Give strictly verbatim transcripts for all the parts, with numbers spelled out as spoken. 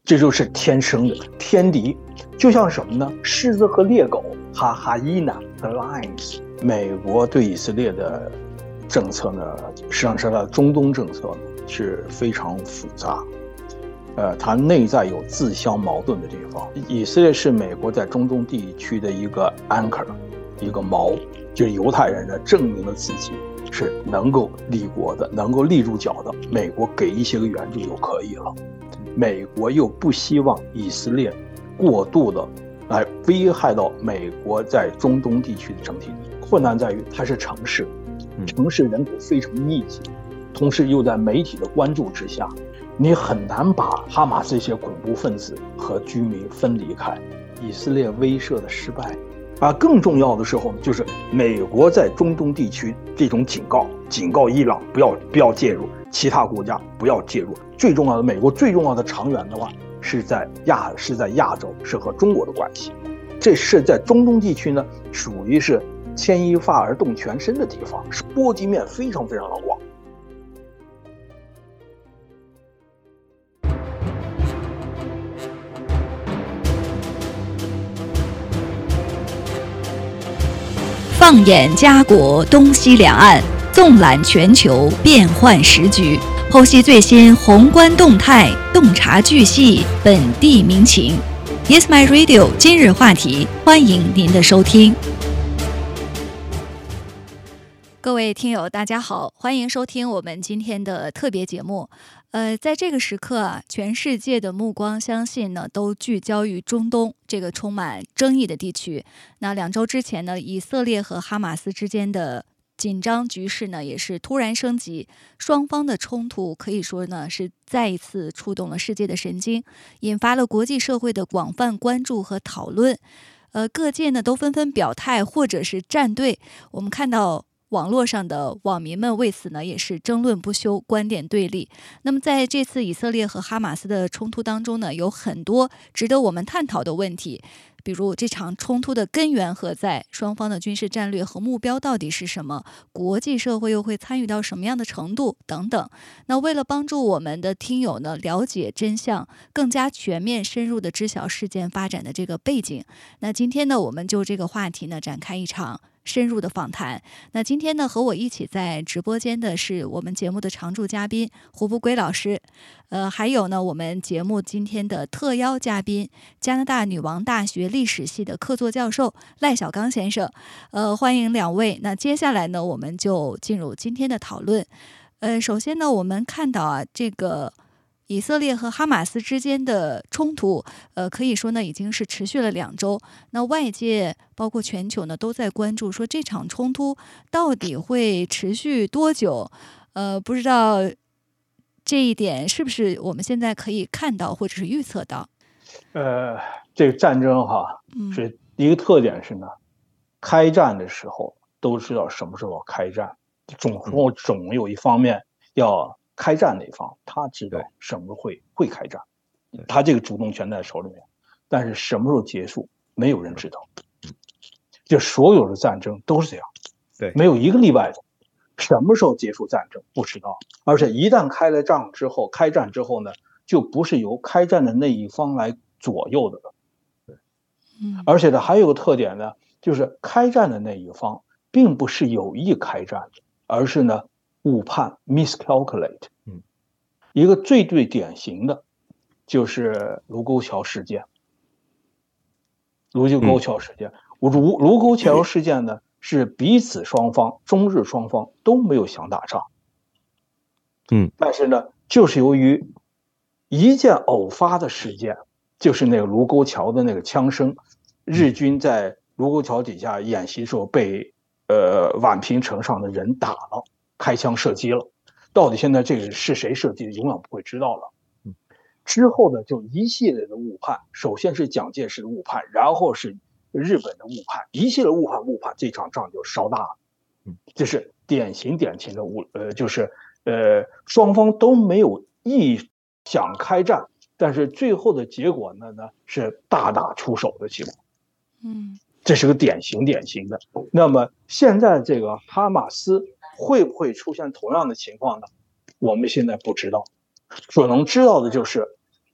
这就是天生的天敌。就像什么呢？狮子和猎狗，哈哈伊娜和 lions。美国对以色列的政策呢，实际上是它的中东政策呢是非常复杂，呃，它内在有自相矛盾的地方。以色列是美国在中东地区的一个 anchor， 一个锚，就是犹太人呢证明了自己是能够立国的，能够立住脚的。美国给一些个援助就可以了。美国又不希望以色列过度的来危害到美国在中东地区的整体利益。困难在于它是城市，城市人口非常密集，同时又在媒体的关注之下，你很难把哈马斯这些恐怖分子和居民分离开。以色列威慑的失败啊，更重要的时候就是美国在中东地区这种警告，警告伊朗不要不要介入，其他国家不要介入。最重要的，美国最重要的长远的话是在亚是在亚洲，是和中国的关系。这是在中东地区呢，属于是牵一发而动全身的地方，是波及面非常非常的广。 放眼家国东西两岸，纵览全球变幻时局，剖析最新宏观动态，洞察巨细本地民情。Yes My Radio 今日话题，欢迎您的收听。各位听友大家好，欢迎收听我们今天的特别节目。呃，在这个时刻啊，全世界的目光相信呢都聚焦于中东这个充满争议的地区。那两周之前呢，以色列和哈马斯之间的紧张局势呢也是突然升级，双方的冲突可以说呢是再一次触动了世界的神经，引发了国际社会的广泛关注和讨论。呃，各界呢都纷纷表态或者是站队，我们看到网络上的网民们为此呢也是争论不休，观点对立。那么在这次以色列和哈马斯的冲突当中呢，有很多值得我们探讨的问题，比如这场冲突的根源何在，双方的军事战略和目标到底是什么，国际社会又会参与到什么样的程度等等。那为了帮助我们的听友呢了解真相，更加全面深入的知晓事件发展的这个背景，那今天呢我们就这个话题呢展开一场深入的访谈。那今天呢和我一起在直播间的是我们节目的常驻嘉宾胡不归老师，呃，还有呢我们节目今天的特邀嘉宾，加拿大女王大学历史系的客座教授赖小刚先生，呃，欢迎两位。那接下来呢我们就进入今天的讨论。呃，首先呢我们看到啊，这个以色列和哈马斯之间的冲突，呃，可以说呢已经是持续了两周。那外界包括全球呢都在关注，说这场冲突到底会持续多久？呃，不知道这一点是不是我们现在可以看到或者是预测到？ 呃，这个战争哈，是一个特点是呢，嗯、开战的时候都知道什么时候开战，总后总有一方面要。开战那一方他知道什么会会开战，他这个主动权在手里面，但是什么时候结束没有人知道。就所有的战争都是这样， 对， 没有一个例外的。什么时候结束战争不知道，而且一旦开了仗之后，开战之后呢，就不是由开战的那一方来左右的了。 对， 而且呢，还有个特点呢，就是开战的那一方并不是有意开战的，而是呢。误判 miscalculate， 嗯， 一个最最典型的就是卢沟桥事件。卢沟桥事件，卢卢沟桥事件呢，是彼此双方，中日双方都没有想打仗， 嗯， 但是呢，就是由于一件偶发的事件，就是那个卢沟桥的那个枪声，日军在卢沟桥底下演习的时候被呃宛平城上的人打了。开枪射击了，到底现在这个是谁射击的，永远不会知道了。之后呢，就一系列的误判，首先是蒋介石的误判，然后是日本的误判，一系列误判误判，这场仗就烧大了。这是典型典型的误，呃，就是呃双方都没有意想开战，但是最后的结果呢呢是大打出手的情况。 嗯， 这是个典型典型的。那么现在这个哈马斯。会不会出现同样的情况呢？我们现在不知道，所能知道的就是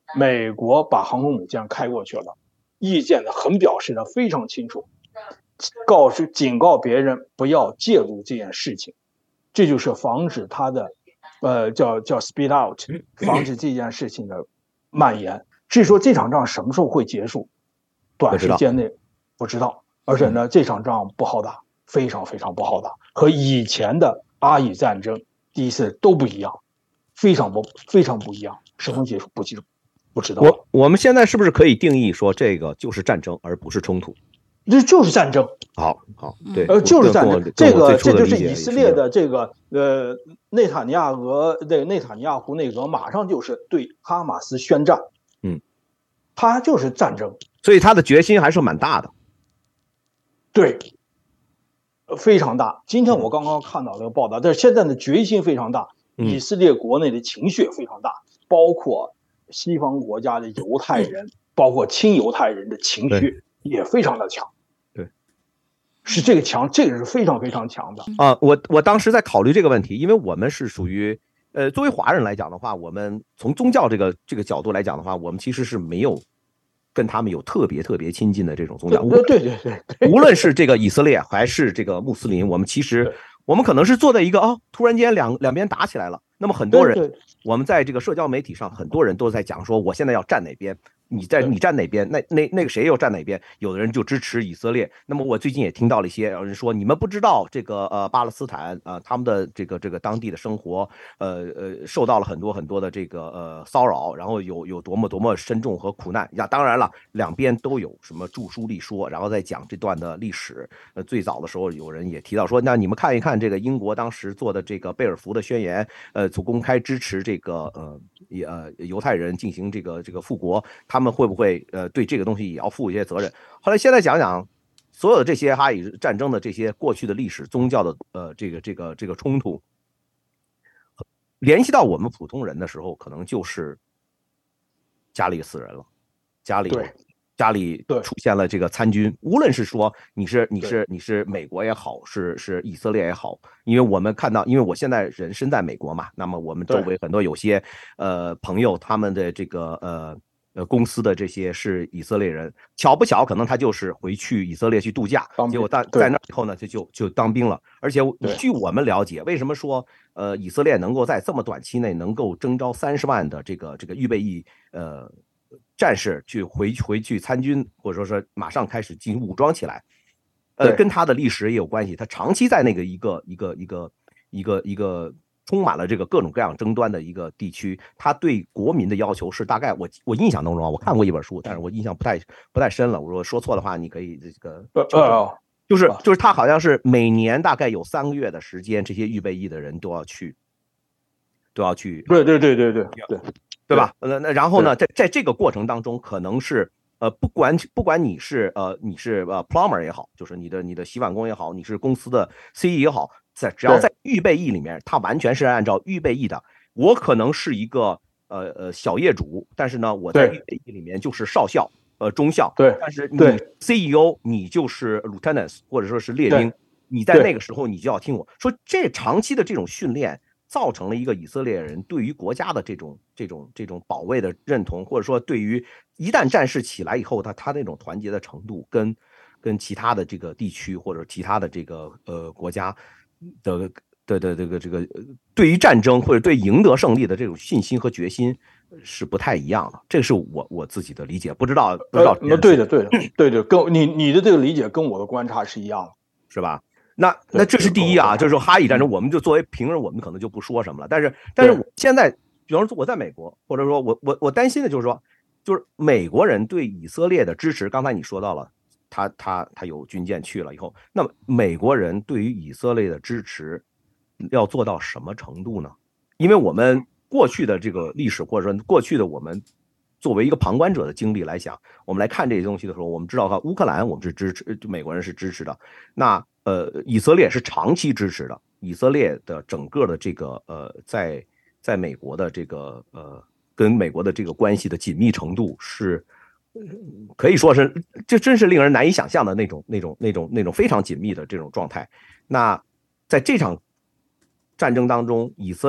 美国把航空母舰开过去了，意见呢很表示的非常清楚，告诉警告别人不要介入这件事情，这就是防止它的，呃，叫叫 speed out， 防止这件事情的蔓延。至于说这场仗什么时候会结束，短时间内不知道，而且呢，这场仗不好打，非常非常不好打，和以前的阿以战争第一次都不一样，非常不非常不一样。什么结束不记住，不知道。 我我们现在是不是可以定义说这个就是战争，而不是冲突？ 这就是战争。 好，好，对， 呃，就是战争。这个这就是以色列的这个呃内塔尼亚胡的内塔尼亚胡内阁马上就是对哈马斯宣战。 嗯， 他就是战争， 所以他的决心还是蛮大的。 对。非常大。今天我刚刚看到这个报道，但是现在的决心非常大，以色列国内的情绪也非常大，包括西方国家的犹太人，包括亲犹太人的情绪也非常的强。 对， 是这个强，这个是非常非常强的啊。我我当时在考虑这个问题，因为我们是属于呃，作为华人来讲的话，我们从宗教这个这个角度来讲的话，我们其实是没有跟他们有特别特别亲近的这种宗教。 对对对 对, 对， 无论是这个以色列还是这个穆斯林，我们其实我们可能是坐在一个哦，突然间两两边打起来了。那么很多人，我们在这个社交媒体上，很多人都在讲说，我现在要站哪边。你在你站哪边？那那那个谁又站哪边？有的人就支持以色列。那么我最近也听到了一些有人说，你们不知道这个呃巴勒斯坦啊、呃，他们的这个这个当地的生活，呃呃受到了很多很多的这个呃骚扰，然后有有多么多么深重和苦难。呀，当然了，两边都有什么著书立说，然后再讲这段的历史。呃，最早的时候有人也提到说，那你们看一看这个英国当时做的这个贝尔福的宣言，呃，就公开支持这个呃也呃犹太人进行这个这个复国，他。他们会不会呃对这个东西也要负一些责任？后来现在讲讲，所有的这些哈以战争的这些过去的历史、宗教的呃这个这个这个冲突，联系到我们普通人的时候，可能就是家里死人了，家里家里出现了这个参军，无论是说你是你是你是美国也好，是是以色列也好，因为我们看到，因为我现在人身在美国嘛，那么我们周围很多有些呃朋友，他们的这个呃。呃，公司的这些是以色列人，巧不巧，可能他就是回去以色列去度假，结果在在那以后呢，就就就当兵了。而且据我们了解，为什么说呃以色列能够在这么短期内能够征召三十万的这个这个预备役呃战士去回回去参军，或者说是马上开始进行武装起来，呃，跟他的历史也有关系。他长期在那个一个一个一个一个一个。充满了这个各种各样争端的一个地区，他对国民的要求是大概我我印象当中啊，我看过一本书，但是我印象不太不太深了。我说说错的话，你可以这个呃， 就是就是他好像是每年大概有三个月的时间，这些预备役的人都要去都要去， 对对对对对对对吧？呃，那然后呢，在在这个过程当中，可能是呃不管不管你是呃你是呃 plumber 也好，就是你的你的洗碗工也好，你是公司的 C E 也好。在只要在预备役里面，他完全是按照预备役的。我可能是一个呃呃小业主，但是呢，我在预备役里面就是少校，呃中校。 对， 但是你 C E O 你就是 lieutenant 或者说是列兵，你在那个时候你就要听我说。这长期的这种训练，造成了一个以色列人对于国家的这种这种这种保卫的认同，或者说对于一旦战事起来以后，他他那种团结的程度跟跟其他的这个地区或者其他的这个呃国家。的的的这个这个对于战争或者对赢得胜利的这种信心和决心是不太一样的，这是我我自己的理解，不知道不知道。 呃，对的对的对的，跟你你的这个理解跟我的观察是一样的， 是吧？那那这是第一啊，就是说哈以战争，我们就作为平人，我们可能就不说什么了。但是但是我现在，比方说我在美国，或者说我我我担心的就是说，就是美国人对以色列的支持，刚才你说到了。他他他有军舰去了以后，那么美国人对于以色列的支持要做到什么程度呢？因为我们过去的这个历史，或者说过去的我们作为一个旁观者的经历来讲，我们来看这些东西的时候，我们知道哈，乌克兰我们是支持，美国人是支持的，那呃以色列是长期支持的，以色列的整个的这个呃在在美国的这个呃跟美国的这个关系的紧密程度是。可以说是，这真是令人难以想象的那种、那种、那种、那种非常紧密的这种状态。那在这场战争当中，以色列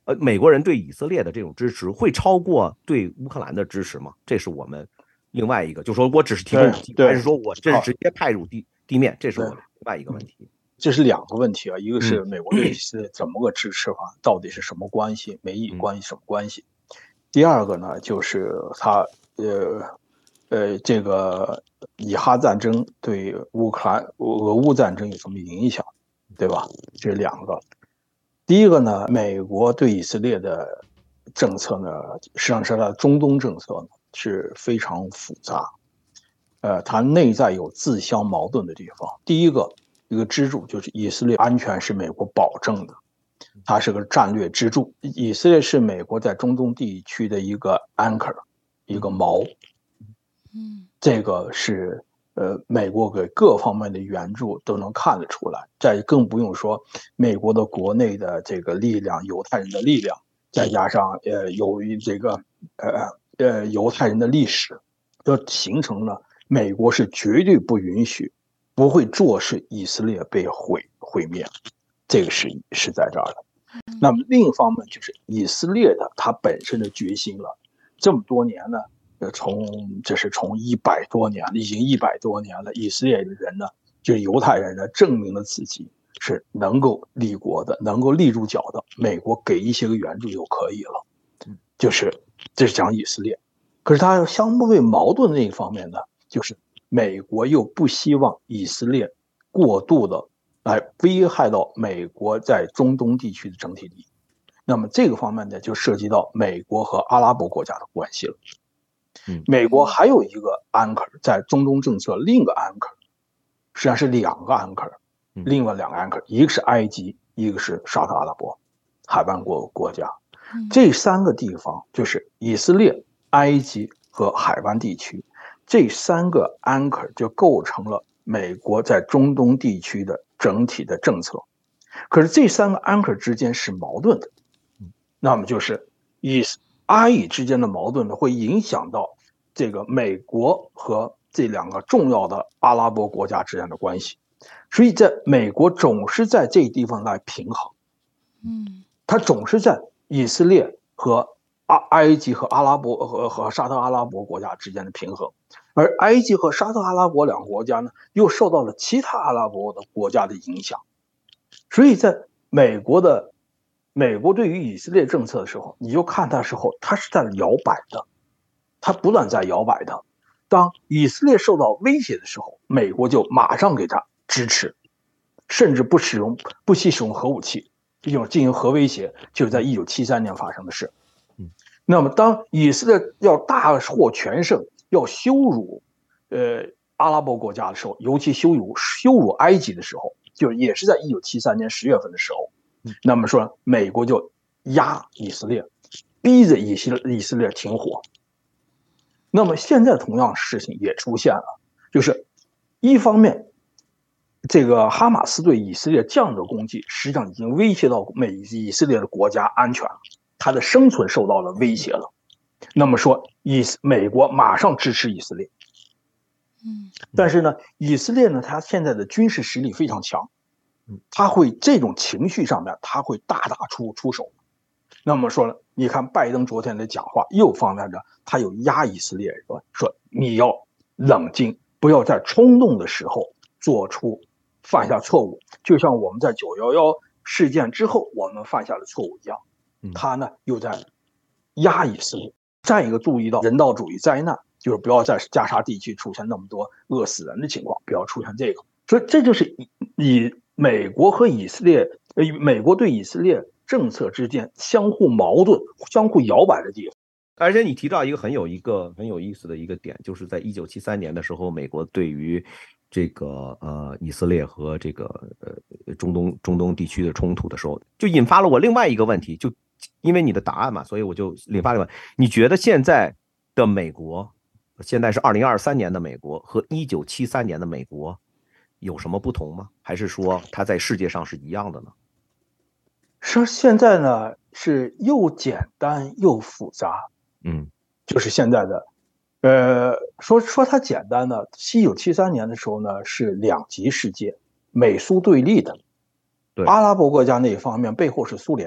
呃，美国人对以色列的这种支持会超过对乌克兰的支持吗？这是我们另外一个，就是说我只是提供武器，还是说我这是直接派入地地面？这是我另外一个问题。 这是两个问题啊，一个是美国对以色列怎么个支持法，到底是什么关系，美以关系什么关系？第二个呢，就是他呃呃这个以哈战争对乌克兰俄乌战争有什么影响，对吧？这是两个。第一个呢，美国对以色列的政策呢，实际上是它的中东政策呢是非常复杂，呃，它内在有自相矛盾的地方。第一个一个支柱就是以色列安全是美国保证的，它是个战略支柱。以色列是美国在中东地区的一个 anchor， 一个锚。嗯，这个是。呃，美国给各方面的援助都能看得出来，再更不用说美国的国内的这个力量，犹太人的力量，再加上呃，由于这个呃呃犹太人的历史，就形成了美国是绝对不允许、不会坐视以色列被毁毁灭，这个是是在这儿的。那么另一方面就是以色列的它本身的决心了，这么多年呢。从这是从一百多年，已经一百多年了。以色列人呢，就是犹太人呢，证明了自己是能够立国的，能够立住脚的。美国给一些个援助就可以了，就是这是讲以色列。可是他相对矛盾的那一方面呢，就是美国又不希望以色列过度的来危害到美国在中东地区的整体利益。那么这个方面呢，就涉及到美国和阿拉伯国家的关系了。美国还有一个 anchor 在中东政策，另一个 anchor 实际上是两个 anchor， 另外两个 anchor， 一个是埃及，一个是沙特阿拉伯海湾国国家。这三个地方就是以色列、埃及和海湾地区，这三个 anchor 就构成了美国在中东地区的整体的政策。可是这三个 anchor 之间是矛盾的，那么就是以阿以之间的矛盾呢，会影响到这个美国和这两个重要的阿拉伯国家之间的关系，所以在美国总是在这个地方来平衡，嗯，他总是在以色列和阿埃及和阿拉伯和和沙特阿拉伯国家之间的平衡，而埃及和沙特阿拉伯两个国家呢，又受到了其他阿拉伯的国家的影响，所以在美国的。美国对于以色列政策的时候，你就看它的时候，它是在摇摆的，它不断在摇摆的。当以色列受到威胁的时候，美国就马上给它支持，甚至不使用、不惜使用核武器，这种进行核威胁，就是在一九七三年发生的事。那么，当以色列要大获全胜，要羞辱呃阿拉伯国家的时候，尤其羞辱羞辱埃及的时候，就也是在一九七三年十月份的时候。那么说，美国就压以色列，逼着以色以色列停火。那么现在同样事情也出现了，就是一方面，这个哈马斯对以色列这样的攻击，实际上已经威胁到美以色列的国家安全了，它的生存受到了威胁了。那么说，以美国马上支持以色列。嗯，但是呢，以色列呢，它现在的军事实力非常强。他会这种情绪上面，他会大打出出手。那么说呢，你看拜登昨天的讲话，又放在这，他有压以色列人，说你要冷静，不要在冲动的时候做出犯下错误，就像我们在九一一事件之后我们犯下的错误一样。他呢又在压以色列。再一个注意到人道主义灾难，就是不要在加沙地区出现那么多饿死人的情况，不要出现这个。所以这就是以以美国和以色列，呃，美国对以色列政策之间相互矛盾、相互摇摆的地方。 而且你提到一个很有一个很有意思的一个点，就是在一九七三年的时候，美国对于这个呃以色列和这个呃中东中东地区的冲突的时候，就引发了我另外一个问题，就因为你的答案嘛，所以我就引发了。你觉得现在的美国，现在是二零二三年的美国和一九七三年的美国有什么不同吗？还是说它在世界上是一样的呢？ 说现在呢是又简单又复杂， 嗯， 就是现在的，呃，说说它简单呢，一九七三年的时候呢是两极世界，美苏对立的， 对， 阿拉伯国家那一方面背后是苏联，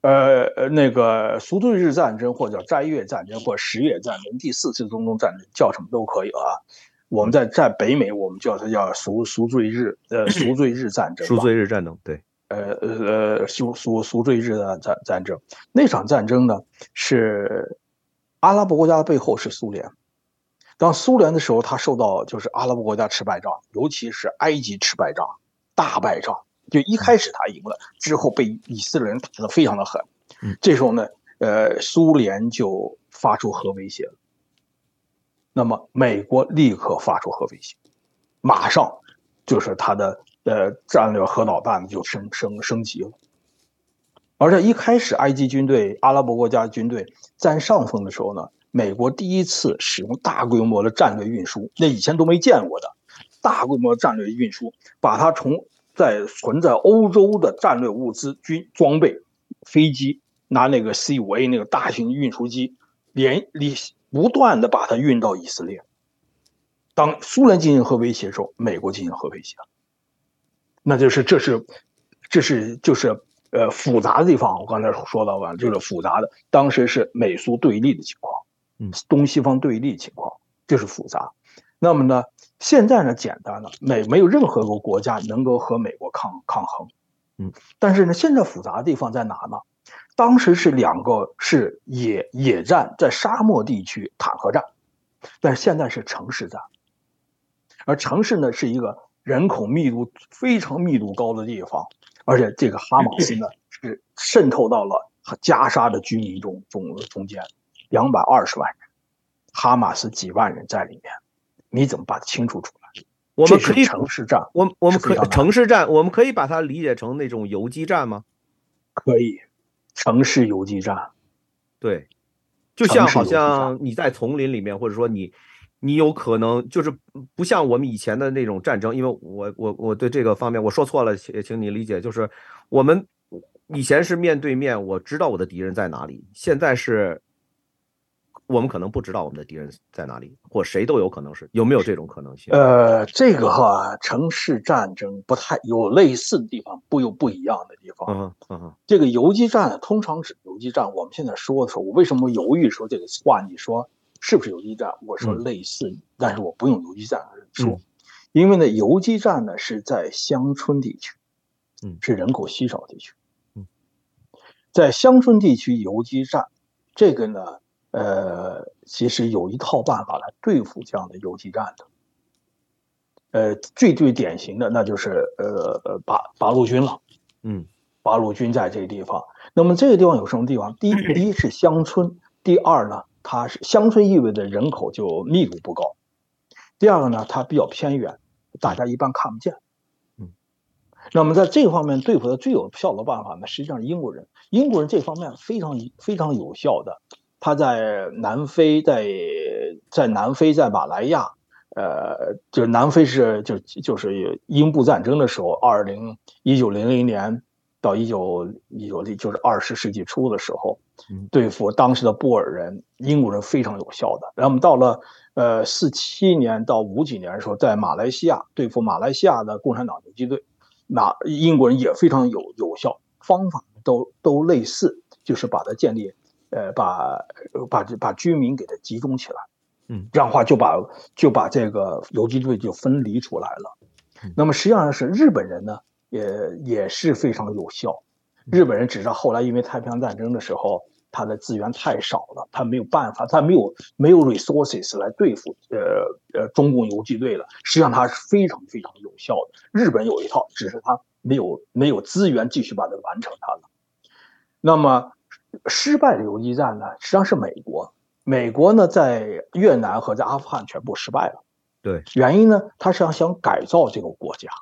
呃呃，那个赎罪日战争或者叫斋月战争或者十月战争，第四次中东战争叫什么都可以啊。我们在在北美，我们叫它叫赎赎罪日，呃，赎罪日战争。 赎罪日战争，对。 呃呃，赎赎赎罪日的战战争，那场战争呢是阿拉伯国家的背后是苏联。当苏联的时候，他受到就是阿拉伯国家吃败仗，尤其是埃及吃败仗，大败仗。就一开始他赢了，之后被以色列人打得非常的狠。这时候呢，呃，苏联就发出核威胁了。那么美国立刻发出核威胁，马上就是他的呃战略核导弹就升升升级了。而在一开始，埃及军队、阿拉伯国家军队占上风的时候呢，美国第一次使用大规模的战略运输，那以前都没见过的大规模的战略运输，把它从在存在欧洲的战略物资、军装备、飞机，拿那个 C 五 A 那个大型运输机，连不断的把它运到以色列。当苏联进行核威胁的时候，美国进行核威胁，那就是这是这是就是呃复杂的地方。我刚才说到完，就是复杂的。当时是美苏对立的情况，嗯，东西方对立情况，这是复杂。那么呢，现在呢简单了，美没有任何一个国家能够和美国抗抗衡，嗯，但是呢，现在复杂的地方在哪呢？当时是两个是野野战，在沙漠地区坦克战，但是现在是城市战，而城市呢是一个人口密度非常密度高的地方，而且这个哈马斯呢是渗透到了加沙的居民中中中间，两百二十万人，哈马斯几万人在里面。你怎么把它清除出来？ 我们可以城市战， 我我们可以城市战，我们可以把它理解成那种游击战吗？ 可以，城市游击战。 对，就像好像你在丛林里面，或者说你你有可能就是不像我们以前的那种战争，因为我我我对这个方面我说错了，也请你理解。就是我们以前是面对面，我知道我的敌人在哪里，现在是。我们可能不知道我们的敌人在哪里，或谁都有可能是，有没有这种可能性？ 呃，这个哈，城市战争不太有类似的地方，不有不一样的地方。 嗯嗯嗯。 这个游击战通常指游击战，我们现在说的时候，我为什么犹豫说这个话？你说是不是游击战？我说类似，嗯、但是我不用游击战来说，嗯、因为呢，游击战呢是在乡村地区，嗯，是人口稀少地区，嗯，在乡村地区游击战，这个呢。呃，其实有一套办法来对付这样的游击战的。呃，最最典型的那就是呃呃八八路军了，嗯，八路军在这个地方。那么这个地方有什么地方？第一，第一是乡村；第二呢，它是乡村意味着人口就密度不高；第二个呢，它比较偏远，大家一般看不见。嗯，那么在这个方面对付的最有效的办法呢，实际上是英国人。英国人这方面非常非常有效的。他在南非，在在南非，在马来亚，呃，就是南非是就就是英布战争的时候，二零一九零零年到一九一九就是二十世纪初的时候，对付当时的布尔人，英国人非常有效的。然后我们到了呃四七年到五几年的时候，在马来西亚对付马来西亚的共产党游击队，那英国人也非常有有效，方法都都类似，就是把它建立。呃，把把把居民给它集中起来，嗯，这样的话就把就把这个游击队就分离出来了。那么实际上是日本人呢，也也是非常有效。日本人只是后来因为太平洋战争的时候，他的资源太少了，他没有办法，他没有没有 resources 来对付呃呃中共游击队了。实际上他是非常非常有效的。日本有一套，只是他没有没有资源继续把它完成它了。那么。失败的游击战呢，实际上是美国。美国呢，在越南和在阿富汗全部失败了。 对， 原因呢，他是想改造这个国家。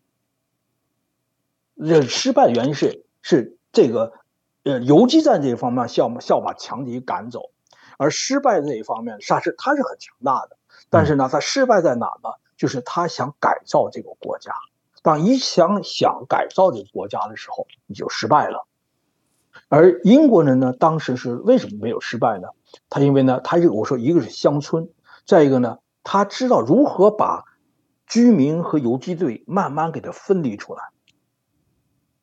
这失败的原因是是这个，呃，游击战这一方面需要需要把强敌赶走，而失败这一方面，他是他是很强大的，但是呢，他失败在哪呢？就是他想改造这个国家。当一想想改造这个国家的时候，你就失败了。而英国人呢，当时是为什么没有失败呢？他因为呢，他这个我说一个是乡村，再一个呢，他知道如何把居民和游击队慢慢给它分离出来。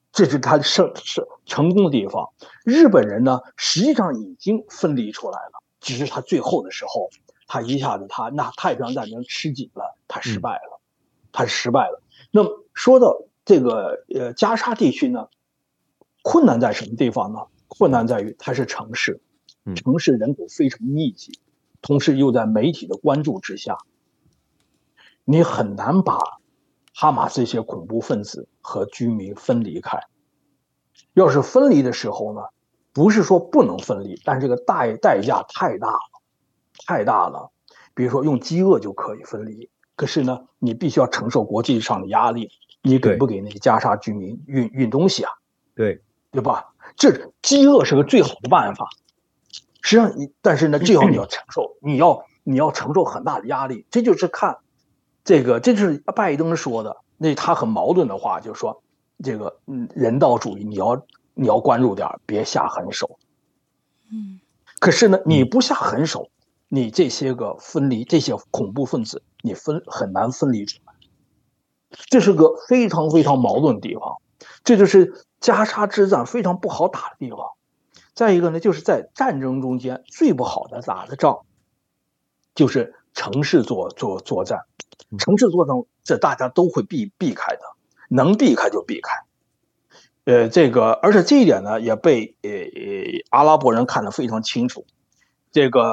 这是他胜胜成功的地方。日本人呢，实际上已经分离出来了，只是他最后的时候，他一下子他那太平洋战争吃紧了，他失败了，他失败了。那么说到这个呃加沙地区呢，困难在什么地方呢？困难在于它是城市，城市人口非常密集，同时又在媒体的关注之下，你很难把哈马斯这些恐怖分子和居民分离开。要是分离的时候呢，不是说不能分离，但这个代代价太大了，太大了。比如说用饥饿就可以分离，可是呢，你必须要承受国际上的压力，你给不给那些加沙居民运运东西啊？ 对， 对吧？这饥饿是个最好的办法。实际上你，但是呢，最好你要承受，你要你要承受很大的压力。这就是看这个，这就是拜登说的，那他很矛盾的话，就是说这个嗯人道主义，你要你要关注点，别下狠手。 嗯， 可是呢，你不下狠手，你这些个分离这些恐怖分子，你分很难分离出来。这是个非常非常矛盾的地方。这就是加沙之战非常不好打的地方。再一个呢，就是在战争中间最不好的打的仗，就是城市作作作战。城市作战这大家都会避避开的，能避开就避开。呃，这个而且这一点呢，也被呃阿拉伯人看得非常清楚。这个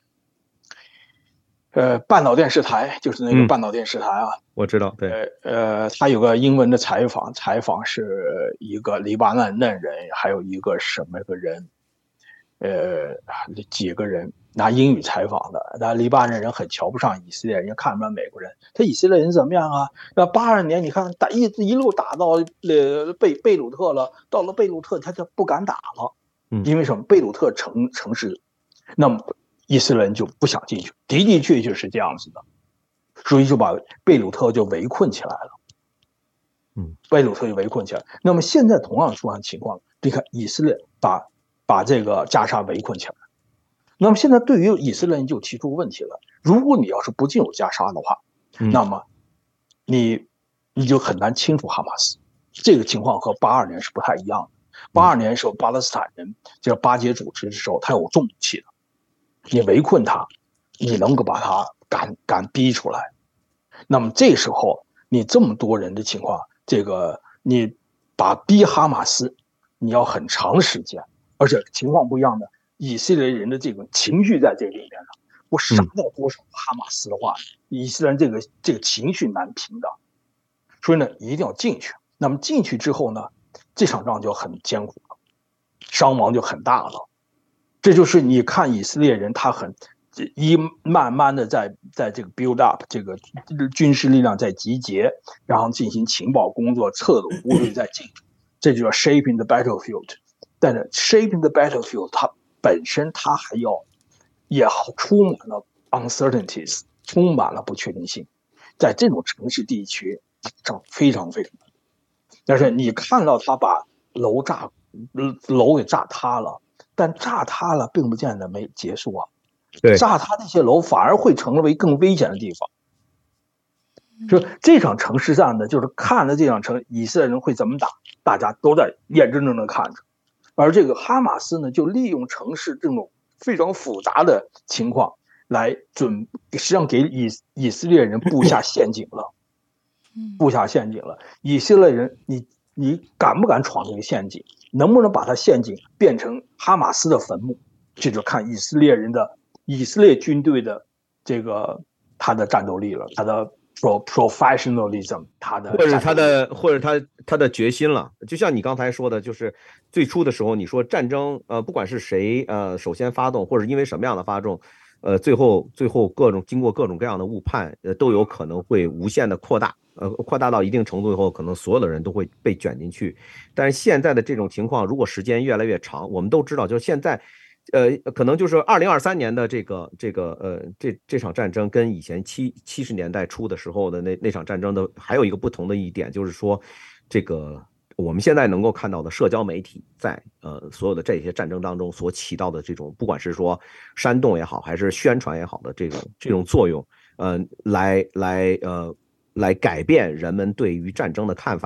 呃半岛电视台就是那个半岛电视台啊。嗯， 我知道，对， 呃，他有个英文的采访，采访是一个黎巴嫩嫩人，还有一个什么个人，呃，几个人拿英语采访的。那黎巴嫩人很瞧不上以色列人，看不上美国人。他以色列人怎么样啊？那八二年你看打一一路打到呃贝贝鲁特了，到了贝鲁特他就不敢打了，因为什么？贝鲁特城城市，那么以色列人就不想进去，的的确确是这样子的。所以就把贝鲁特就围困起来了，嗯，贝鲁特就围困起来。那么现在同样出现情况，你看以色列把把这个加沙围困起来，那么现在对于以色列人就提出问题了：如果你要是不进入加沙的话，那么你你就很难清除哈马斯。这个情况和八二年是不太一样的。八二年时候巴勒斯坦人这个巴解组织的时候，他有重武器的，你围困他，你能够把他赶赶逼出来。那么这时候你这么多人的情况，这个你把逼哈马斯，你要很长时间，而且情况不一样的，以色列人的这种情绪在这里面呢，我杀掉多少哈马斯的话，以色列人这个这个情绪难平的，所以呢一定要进去。那么进去之后呢，这场仗就很艰苦了，伤亡就很大了。这就是你看以色列人他很。一慢慢的在在这个 build up 这个军事力量在集结，然后进行情报工作，策动部队在进驻，这就叫 shaping the battlefield。但是 shaping the battlefield 它本身它还要也充满了 uncertainties， 充满了不确定性。在这种城市地区仗非常非常难。但是你看到他把楼炸楼给炸塌了，但炸塌了并不见得没结束啊。炸塌那些楼反而会成为更危险的地方。就这场城市战呢，就是看着这场城以色列人会怎么打，大家都在眼睁睁的看着。而这个哈马斯呢，就利用城市这种非常复杂的情况来准，实际上给以以色列人布下陷阱了，布下陷阱了。以色列人，你你敢不敢闯这个陷阱？能不能把它陷阱变成哈马斯的坟墓？这就看以色列人的。以色列军队的这个他的战斗力了，他的 pro professionalism， 他的或者他的或者他他的决心了。就像你刚才说的，就是最初的时候你说战争，呃，不管是谁呃首先发动，或者因为什么样的发动，呃，最后最后各种经过各种各样的误判，呃，都有可能会无限的扩大，呃，扩大到一定程度以后，可能所有的人都会被卷进去。但是现在的这种情况，如果时间越来越长，我们都知道，就是现在。呃，可能就是二零二三年的这个这个呃这这场战争跟以前七七十年代初的时候的那那场战争的还有一个不同的一点，就是说这个我们现在能够看到的社交媒体在呃所有的这些战争当中所起到的这种，不管是说煽动也好，还是宣传也好的这种这种作用，呃，来来呃来改变人们对于战争的看法。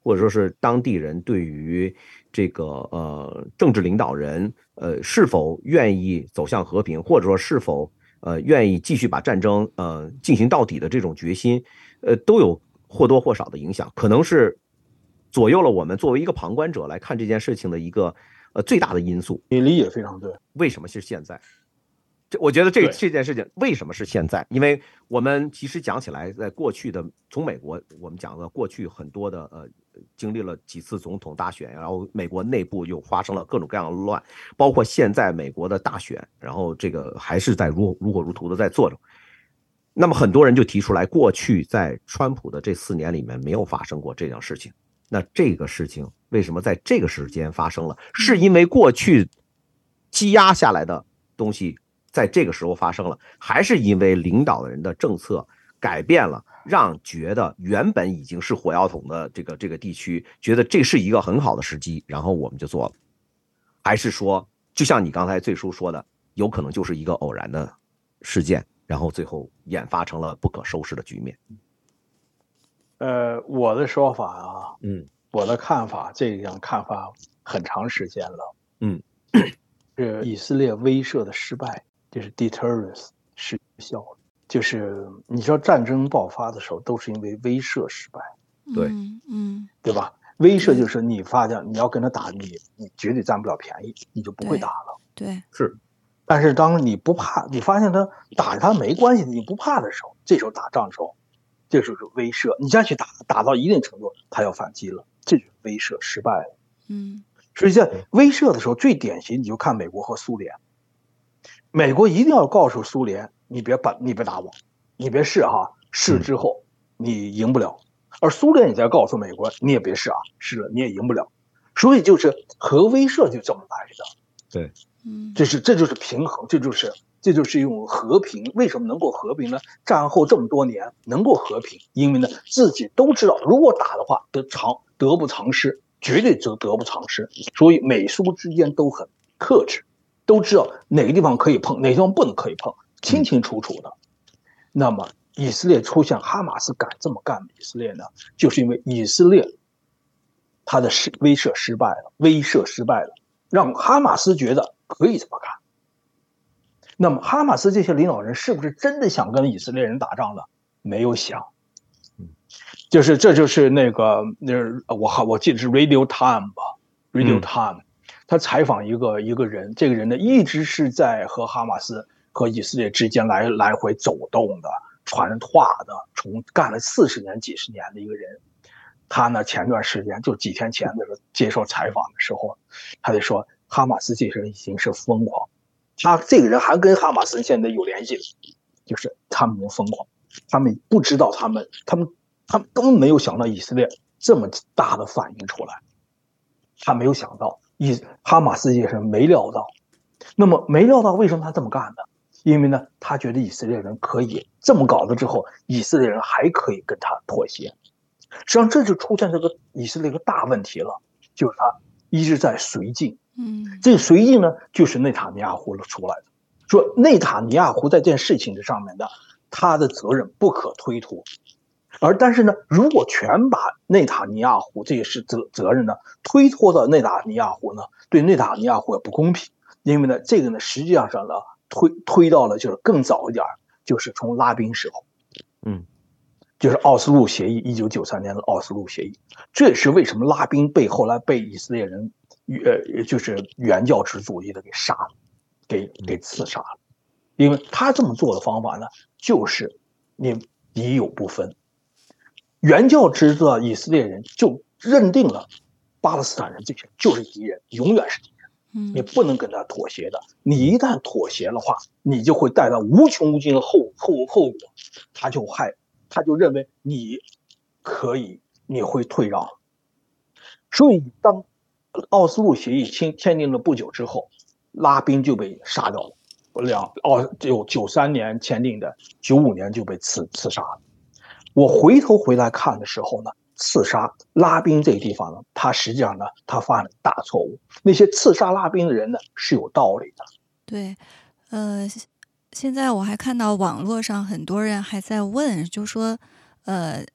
或者说是当地人对于这个呃政治领导人呃是否愿意走向和平，或者说是否呃愿意继续把战争呃进行到底的这种决心，呃都有或多或少的影响，可能是左右了我们作为一个旁观者来看这件事情的一个呃最大的因素。 你理解非常对。 为什么是现在？这我觉得这这件事情为什么是现在？因为我们其实讲起来，在过去的从美国我们讲的过去很多的呃经历了几次总统大选，然后美国内部又发生了各种各样的乱，包括现在美国的大选，然后这个还是在如如火如荼的在做着。那么很多人就提出来，过去在川普的这四年里面没有发生过这样事情，那这个事情为什么在这个时间发生了？是因为过去积压下来的东西在这个时候发生了，还是因为领导人的政策改变了，让觉得原本已经是火药桶的这个这个地区觉得这是一个很好的时机，然后我们就做了？还是说就像你刚才最初说的，有可能就是一个偶然的事件，然后最后演发成了不可收拾的局面？ 呃，我的说法啊， 嗯， 我的看法，这样看法很长时间了。 嗯， 是以色列威慑的失败，就是 deterrence 失效了。就是你知道战争爆发的时候，都是因为威慑失败。 对， 嗯嗯， 对吧？威慑就是你发现你要跟他打，你你绝对占不了便宜，你就不会打了。 对， 是。 但是当你不怕，你发现他打他没关系，你不怕的时候，这时候打仗的时候，这就是威慑。你再去打，打到一定程度，他要反击了，这就是威慑失败了。 嗯， 实际上威慑的时候最典型，你就看美国和苏联。美国一定要告诉苏联，你别把你别打我，你别试哈，试之后你赢不了。而苏联也在告诉美国，你也别试啊，试了你也赢不了。所以就是核威慑就这么来的。 对， 嗯， 这是这就是平衡，这就是这就是用和平。为什么能够和平呢？战后这么多年能够和平，因为呢自己都知道，如果打的话得长得不偿失，绝对得得不偿失。所以美苏之间都很克制，都知道哪个地方可以碰，哪个地方不能可以碰，清清楚楚的。那么以色列出现哈马斯敢这么干的以色列呢，就是因为以色列他的失威慑失败了，威慑失败了，让哈马斯觉得可以这么干。那么哈马斯这些领导人是不是真的想跟以色列人打仗呢？没有想。就是这就是那个那我好我记得是 Radio Time 吧 ，Radio Time，、嗯、他采访一个一个人，这个人呢一直是在和哈马斯和以色列之间来来回走动的。传话的，从干了四十年、几十年的一个人，他呢前段时间就几天前的时候接受采访的时候，他就说哈马斯这些人已经是疯狂，他这个人还跟哈马斯现在有联系，就是他们已经疯狂，他们不知道他们他们他们根本没有想到以色列这么大的反应出来，他没有想到以哈马斯这些人没料到，那么没料到为什么他这么干呢？因为呢，他觉得以色列人可以这么搞了之后，以色列人还可以跟他妥协。实际上，这就出现这个以色列一个大问题了，就是他一直在绥靖。 嗯， 这个绥靖呢，就是内塔尼亚胡出来的。说内塔尼亚胡在这件事情的上面的，他的责任不可推脱。而但是呢，如果全把内塔尼亚胡这些是责责任呢推脱到内塔尼亚胡呢，对内塔尼亚胡也不公平。因为呢，这个呢，实际上上呢。推推到了就是更早一点，就是从拉宾时候， 嗯， 就是奥斯陆协议，一九九三年的奥斯陆协议，这也是为什么拉宾被后来被以色列人，呃，就是原教旨主义的给杀了，给给刺杀了，因为他这么做的方法呢，就是你敌友不分，原教旨的以色列人就认定了巴勒斯坦人这些就是敌人，永远是敌人。你不能跟他妥协的，你一旦妥协的话，你就会带来无穷无尽的后后后果。他就害，他就认为你可以，你会退让。所以当奥斯陆协议签签订了不久之后，拉宾就被杀掉了。两奥九九三年签订的，九五年就被刺刺杀了。我回头回来看的时候呢。刺杀拉宾这个地方呢，他实际上呢，他犯了大错误。那些刺杀拉宾的人呢，是有道理的。 对，呃，现在我还看到网络上很多人还在问，就说，呃，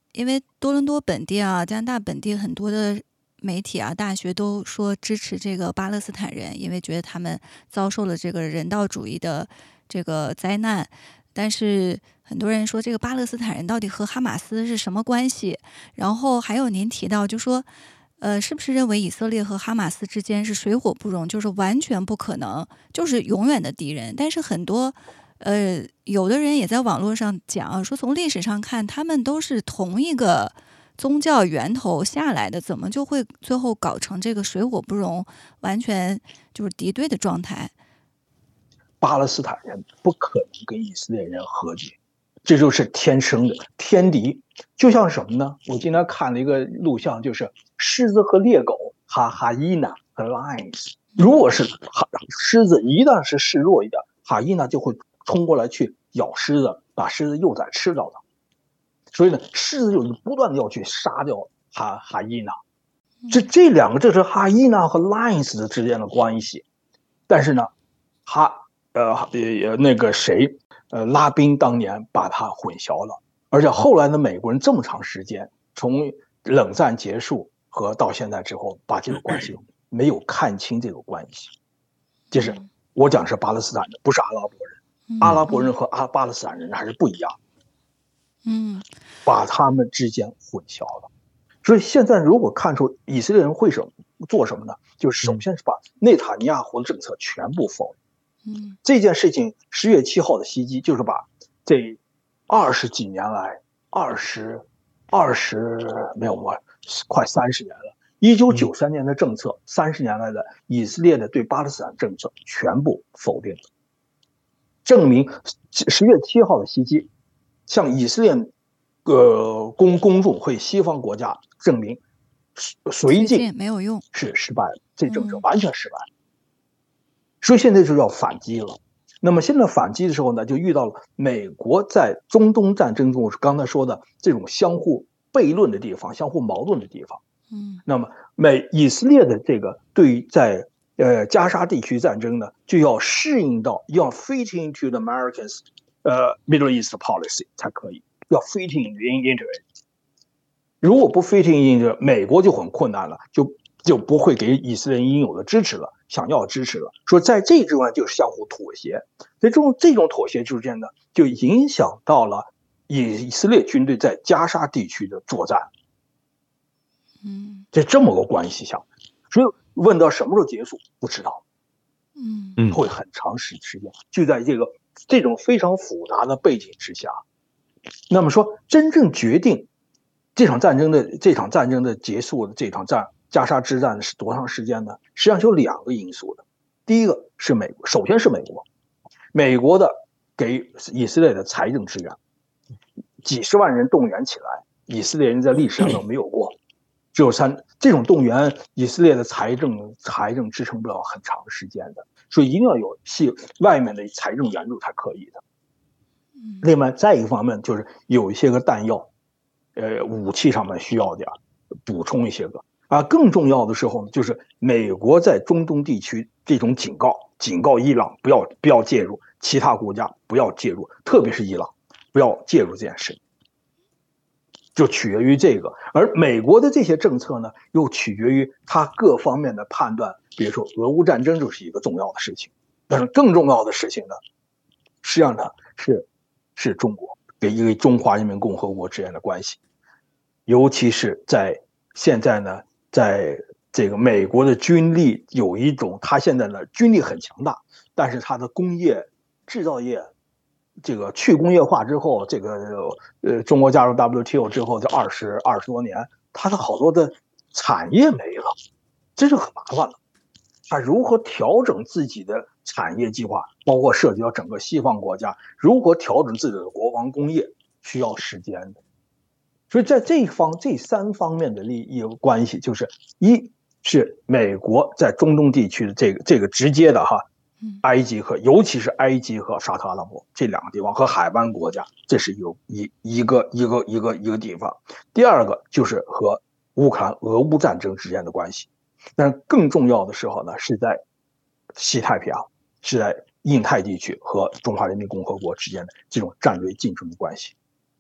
因为多伦多本地啊，加拿大本地很多的媒体啊、大学都说支持这个巴勒斯坦人，因为觉得他们遭受了这个人道主义的这个灾难。但是很多人说，这个巴勒斯坦人到底和哈马斯是什么关系？然后还有您提到，就说，呃，是不是认为以色列和哈马斯之间是水火不容，就是完全不可能，就是永远的敌人？但是很多。呃，有的人也在网络上讲说，从历史上看，他们都是同一个宗教源头下来的，怎么就会最后搞成这个水火不容，完全就是敌对的状态？ 巴勒斯坦人不可能跟以色列人和解，这就是天生的天敌。就像什么呢？我今天看了一个录像，就是狮子和猎狗，哈哈伊娜和 lions。如果是狮子一旦是示弱一点，哈伊娜就会冲过来去咬狮子，把狮子幼崽吃掉的。所以呢，狮子就不断的要去杀掉哈哈伊娜。这这两个，这是哈伊娜和 lions 的之间的关系。但是呢，哈呃呃那个谁呃拉宾当年把它混淆了，而且后来的美国人这么长时间，从冷战结束和到现在之后，把这个关系没有看清这个关系。就是我讲是巴勒斯坦人，不是阿拉伯人。阿拉伯人和阿巴勒斯坦人还是不一样， 嗯， 把他们之间混淆了。所以现在如果看出以色列人会什么做什么呢？就是首先是把内塔尼亚胡的政策全部否认。 嗯， 这件事情十月七号的袭击，就是把这二十几年来二十二十没有我快三十年了，一九九三年的政策，三十年来的以色列的对巴勒斯坦政策全部否定了。证明十月七号的袭击，向以色列呃公公众会西方国家证明绥靖没有用， 是失败了，这政策完全失败了。所以现在就要反击了。那么现在反击的时候呢，就遇到了美国在中东战争中，我刚才说的这种相互悖论的地方、相互矛盾的地方。 嗯， 那么美以色列的这个对于在呃，加沙地区战争呢，就要适应到，要 fit into the Americans， 呃 Middle East policy 才可以，要 fit in into it。如果不 fit in into， 美国就很困难了，就就不会给以色列应有的支持了，想要支持了。说在这之外就是相互妥协，所以这种这种妥协之间呢，就影响到了以色列军队在加沙地区的作战。 嗯， 这这么个关系下，所以。问到什么时候结束不知道， 嗯， 会很长时间。就在这个这种非常复杂的背景之下，那么说真正决定这场战争的这场战争的结束的这场战加沙之战是多长时间呢？实际上是有两个因素的。第一个是美国，首先是美国，美国的给以色列的财政支援，几十万人动员起来，以色列人在历史上都没有过。只有三这种动员，以色列的财政财政支撑不了很长时间的，所以一定要有系外面的财政援助才可以的。另外，再一个方面就是有一些个弹药，呃，武器上面需要点补充一些个啊。更重要的时候呢，就是美国在中东地区这种警告，警告伊朗不要不要介入，其他国家不要介入，特别是伊朗不要介入这件事。就取决于这个，而美国的这些政策呢，又取决于他各方面的判断。比如说，俄乌战争就是一个重要的事情，但是更重要的事情呢，实际上呢是是中国跟一个中华人民共和国之间的关系，尤其是在现在呢，在这个美国的军力有一种，他现在呢军力很强大，但是他的工业制造业。这个去工业化之后，这个呃，中国加入 W T O 之后，这二十二十多年，它的好多的产业没了，这就很麻烦了。它如何调整自己的产业计划，包括涉及到整个西方国家如何调整自己的国防工业，需要时间的。所以在这一方这三方面的利益关系，就是一是美国在中东地区的这个这个直接的哈。埃及和尤其是埃及和沙特阿拉伯这两个地方和海湾国家，这是有一一个一个一个一个地方。第二个就是和乌克兰俄乌战争之间的关系，但是更重要的时候呢，是在西太平洋，是在印太地区和中华人民共和国之间的这种战略竞争的关系。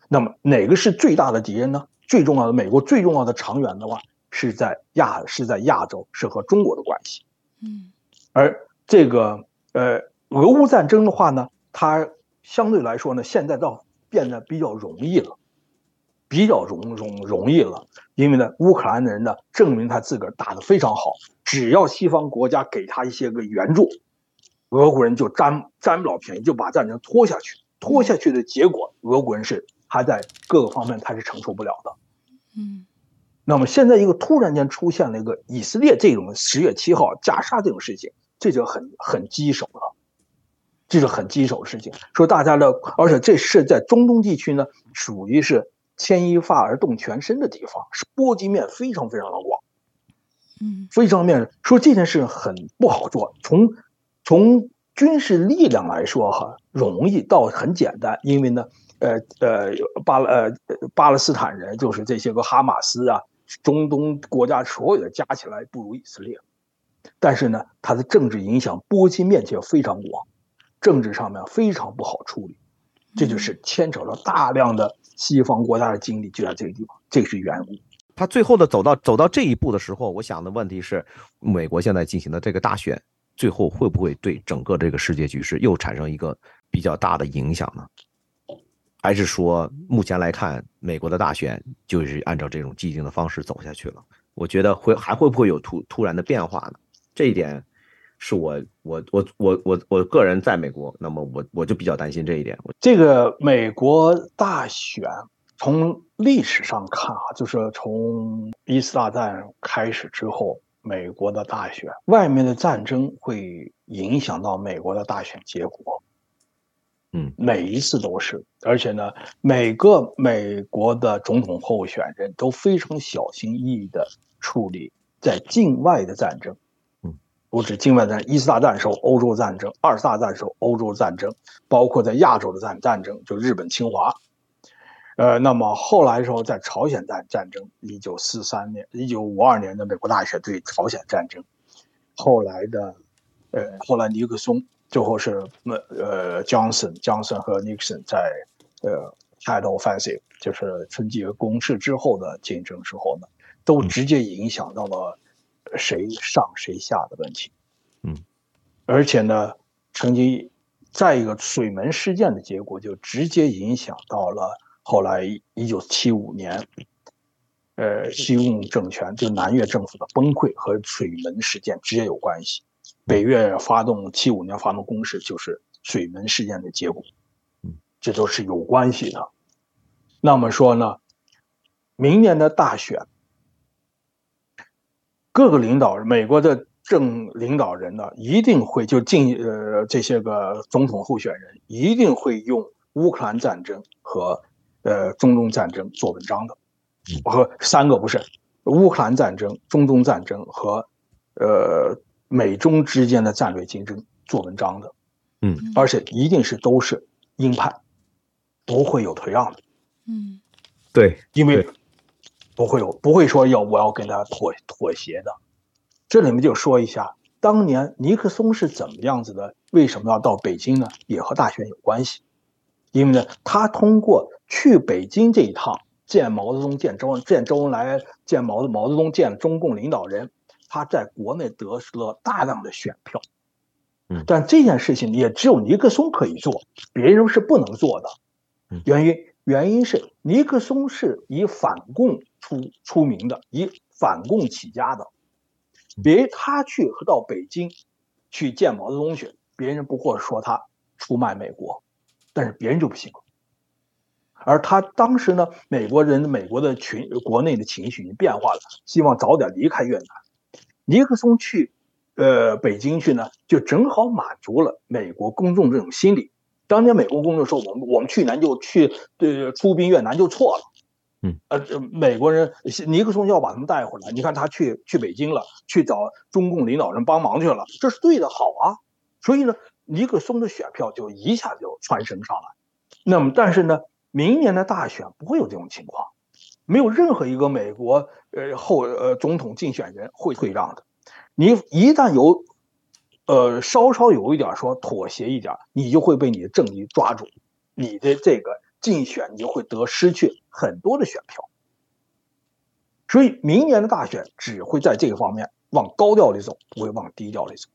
那么哪个是最大的敌人呢？最重要的，美国最重要的长远的话是在亚是在亚洲，是和中国的关系。 嗯， 而这个呃俄乌战争的话呢，它相对来说呢，现在倒变得比较容易了，比较容容容易了，因为呢，乌克兰的人呢证明他自个儿打得非常好，只要西方国家给他一些个援助，俄国人就占占不了便宜，就把战争拖下去。拖下去的结果，俄国人是他在各个方面他是承受不了的。 嗯， 那么现在一个突然间出现了一个以色列这种十月七号加沙这种事情，这就很很棘手了，这是很棘手的事情。说大家的，而且这是在中东地区呢，属于是牵一发而动全身的地方，是波及面非常非常的广。 嗯， 非常面说这件事很不好做，从从军事力量来说哈，容易倒很简单，因为呢，呃呃巴呃巴勒斯坦人就是这些个哈马斯啊，中东国家所有的加起来不如以色列，但是呢，它的政治影响波及面却非常广，政治上面非常不好处理，这就是牵扯了大量的西方国家的精力就在这个地方，这是缘故。 他最后的走到走到这一步的时候，我想的问题是，美国现在进行的这个大选，最后会不会对整个这个世界局势又产生一个比较大的影响呢？还是说目前来看，美国的大选就是按照这种既定的方式走下去了？我觉得会还会不会有突突然的变化呢？这一点是我我我我我我个人在美国，那么我我就比较担心这一点。 这个美国大选从历史上看啊，就是从一次大战开始之后，美国的大选，外面的战争会影响到美国的大选结果。 嗯， 每一次都是，而且呢，每个美国的总统候选人都非常小心翼翼地处理在境外的战争。 嗯， 不止境外战，一次大战时候欧洲战争，二次大战时候欧洲战争，包括在亚洲的战战争，就日本侵华。呃，那么后来时候在朝鲜战战争，一九四三年、一九五二年的美国大选对朝鲜战争，后来的，呃，后来尼克松。最后是呃 Johnson Johnson 和 Nixon 在呃 Tide Offensive 就是春季攻势之后的竞争时候呢，都直接影响到了谁上谁下的问题。 嗯， 而且呢，曾经在一个水门事件的结果就直接影响到了后来一九七五年，呃西贡政权就南越政府的崩溃和水门事件直接有关系。北越发动七五年发动攻势，就是水门事件的结果，这都是有关系的。那么说呢，明年的大选，各个领导人，美国的政领导人呢，一定会就进呃这些个总统候选人，一定会用乌克兰战争和呃中东战争做文章的，和三个不是乌克兰战争、中东战争和呃。美中之间的战略竞争做文章的， 嗯， 而且一定是都是鹰派，不会有退让的， 嗯， 对， 因为不会有不会说要我要跟他妥妥协的。这里面就说一下，当年尼克松是怎么样子的，为什么要到北京呢？也和大选有关系，因为呢，他通过去北京这一趟见毛泽东、见周见周恩来、见毛毛泽东、见中共领导人。他在国内得了大量的选票，但这件事情也只有尼克松可以做，别人是不能做的。原因原因是尼克松是以反共出出名的，以反共起家的。别他去到北京去见毛泽东去，别人不会说他出卖美国，但是别人就不行。而他当时呢，美国人美国的群国内的情绪已经变化了，希望早点离开越南。尼克松去，呃，北京去呢，就正好满足了美国公众这种心理。当年美国公众说，我们我们去南就去，呃，出兵越南就错了。 嗯， 呃，美国人尼克松要把他们带回来。你看他去去北京了，去找中共领导人帮忙去了，这是对的，好啊。所以呢，尼克松的选票就一下就蹿升上来。那么，但是呢，明年的大选不会有这种情况。没有任何一个美国呃后呃总统竞选人会退让的，你一旦有，呃稍稍有一点说妥协一点，你就会被你的政敌抓住，你的这个竞选你就会得失去很多的选票。所以明年的大选只会在这个方面往高调里走，不会往低调里走。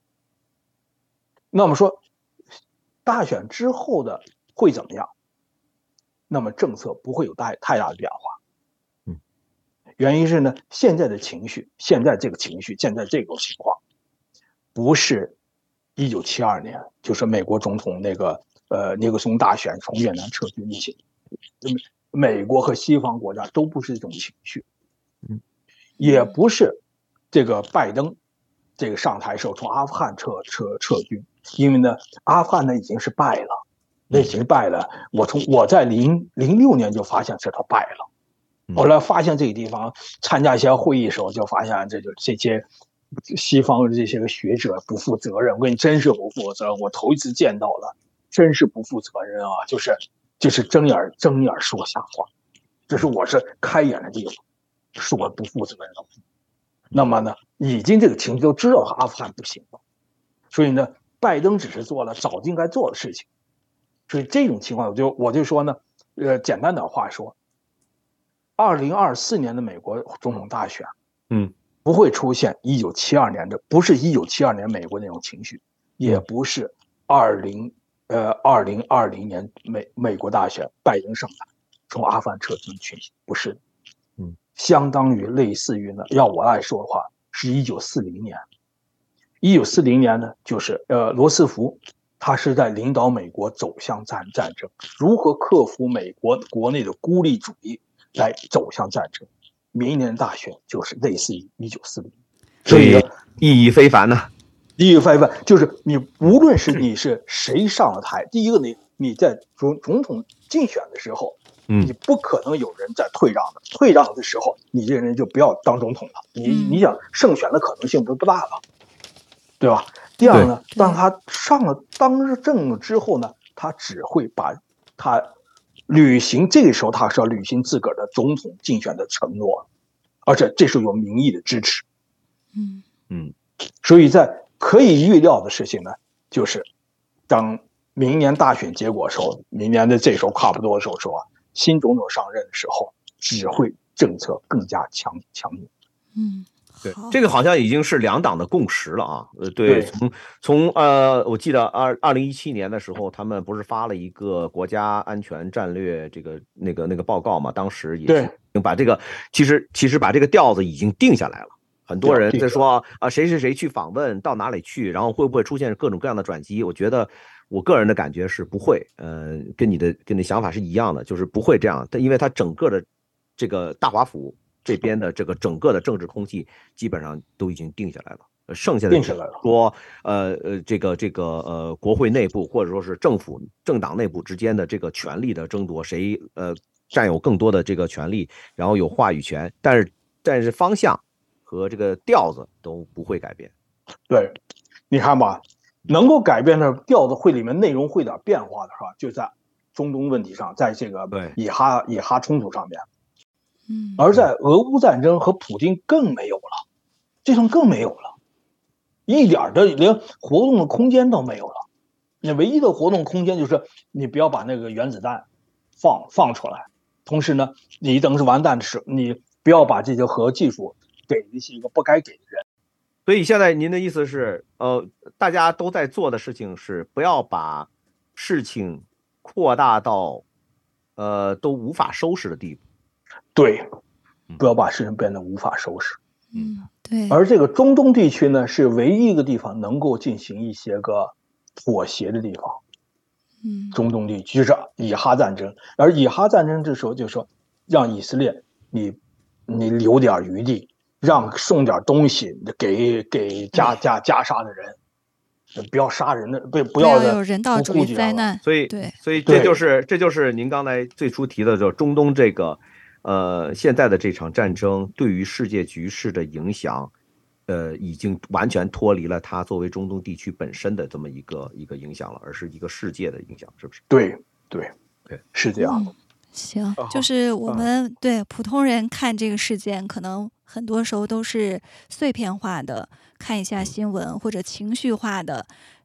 那么说大选之后的会怎么样？那么政策不会有太太大的变化。 嗯， 原因是呢，现在的情绪，现在这个情绪，现在这种情况，不是一九七二年，就是美国总统那个呃尼克松大选从越南撤军以前，美国和西方国家都不是这种情绪， 嗯， 也不是这个拜登这个上台时候从阿富汗撤撤撤军，因为呢，阿富汗呢已经是败了。那已经败了，我从我在零零六年就发现是他败了，后来发现这个地方参加一些会议的时候，就发现这就这些西方的这些个学者不负责任，我跟你真是不负责任，我头一次见到了，真是不负责任啊！就是就是睁眼睁眼说瞎话，这是我是开眼的地方，说不负责任的。那么呢，已经这个情绪都知道阿富汗不行了，所以呢，拜登只是做了早就应该做的事情。所以这种情况，我就我就说呢，呃，简单点话说，二零二四年的美国总统大选， 嗯， 不会出现一九七二年的，不是一九七二年美国那种情绪，也不是二零呃二零二零年美美国大选拜登上台从阿富汗撤军群体，不是的， 嗯， 相当于类似于呢，要我来说的话，是一九四零年，一九四零年呢，就是呃罗斯福。他是在领导美国走向战战争，如何克服美国国内的孤立主义来走向战争。明年大选就是类似于一九四零， 所以意义非凡呢、啊。 意义非凡，就是你无论是你是谁上了台，第一个你你在总总统竞选的时候， 嗯， 你不可能有人在退让的，退让的时候，你这个人就不要当总统了，你你想胜选的可能性不不大了，对吧？第二呢，当他上了当政之后呢，他只会把他履行，这个时候他是要履行自个儿的总统竞选的承诺，而且这是有民意的支持。 嗯嗯， 所以在可以预料的事情呢，就是当明年大选结果的时候，明年的这时候差不多的时候说啊，新总统上任的时候，只会政策更加强强硬。 嗯。 对，这个好像已经是两党的共识了啊。呃，对， 对从从呃，我记得二二零一七年的时候，他们不是发了一个国家安全战略这个那个那个报告嘛？当时也是把这个其实其实把这个调子已经定下来了。很多人在说啊，谁谁谁去访问到哪里去，然后会不会出现各种各样的转机？我觉得我个人的感觉是不会，呃，跟你的跟你想法是一样的，就是不会这样。但因为它整个的这个大华府这边的这个整个的政治空气基本上都已经定下来了，剩下的说呃呃这个这个呃国会内部或者说是政府政党内部之间的这个权力的争夺，谁呃占有更多的这个权利，然后有话语权，但是但是方向和这个调子都不会改变。 对，你看吧，能够改变的调子会里面内容会点变化的是吧？就在中东问题上，在这个以哈以哈冲突上面。 嗯， 而在俄乌战争和普京更没有了，这种更没有了，一点的连活动的空间都没有了。你唯一的活动空间就是你不要把那个原子弹放放出来，同时呢，你等是完蛋的时候，你不要把这些核技术给一些个不该给的人。 所以现在您的意思是，呃，大家都在做的事情是不要把事情扩大到，呃，都无法收拾的地步。 对，不要把事情变得无法收拾。 嗯，对。 而这个中东地区呢，是唯一一个地方能够进行一些个妥协的地方。 嗯， 中东地区就是以哈战争，而以哈战争这时候就说，让以色列你你留点余地，让送点东西给给加加加沙的人。不要杀人的，不不要有人道主义灾难。 所以， 对， 所以这就是这就是您刚才最初提的，就是中东这个，呃，现在的这场战争对于世界局势的影响，呃，已经完全脱离了它作为中东地区本身的这么一个一个影响了，而是一个世界的影响，是不是？ 对对对， 是这样。 嗯行，就是我们对普通人看这个事件，可能很多时候都是碎片化的，看一下新闻或者情绪化的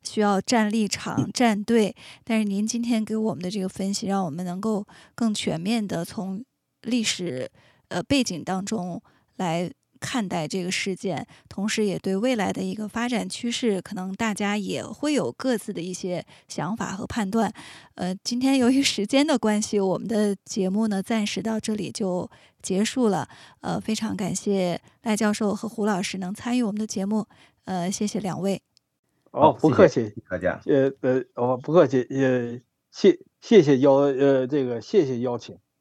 需要站立场、站队。但是您今天给我们的这个分析，让我们能够更全面的从历史呃背景当中来看待这个事件，同时也对未来的一个发展趋势，可能大家也会有各自的一些想法和判断。呃，今天由于时间的关系，我们的节目呢暂时到这里就结束了。呃，非常感谢赖教授和胡老师能参与我们的节目，呃，谢谢两位。 哦，不客气， 谢谢大家。 呃呃，哦，不客气，也谢谢谢邀呃这个谢谢邀请。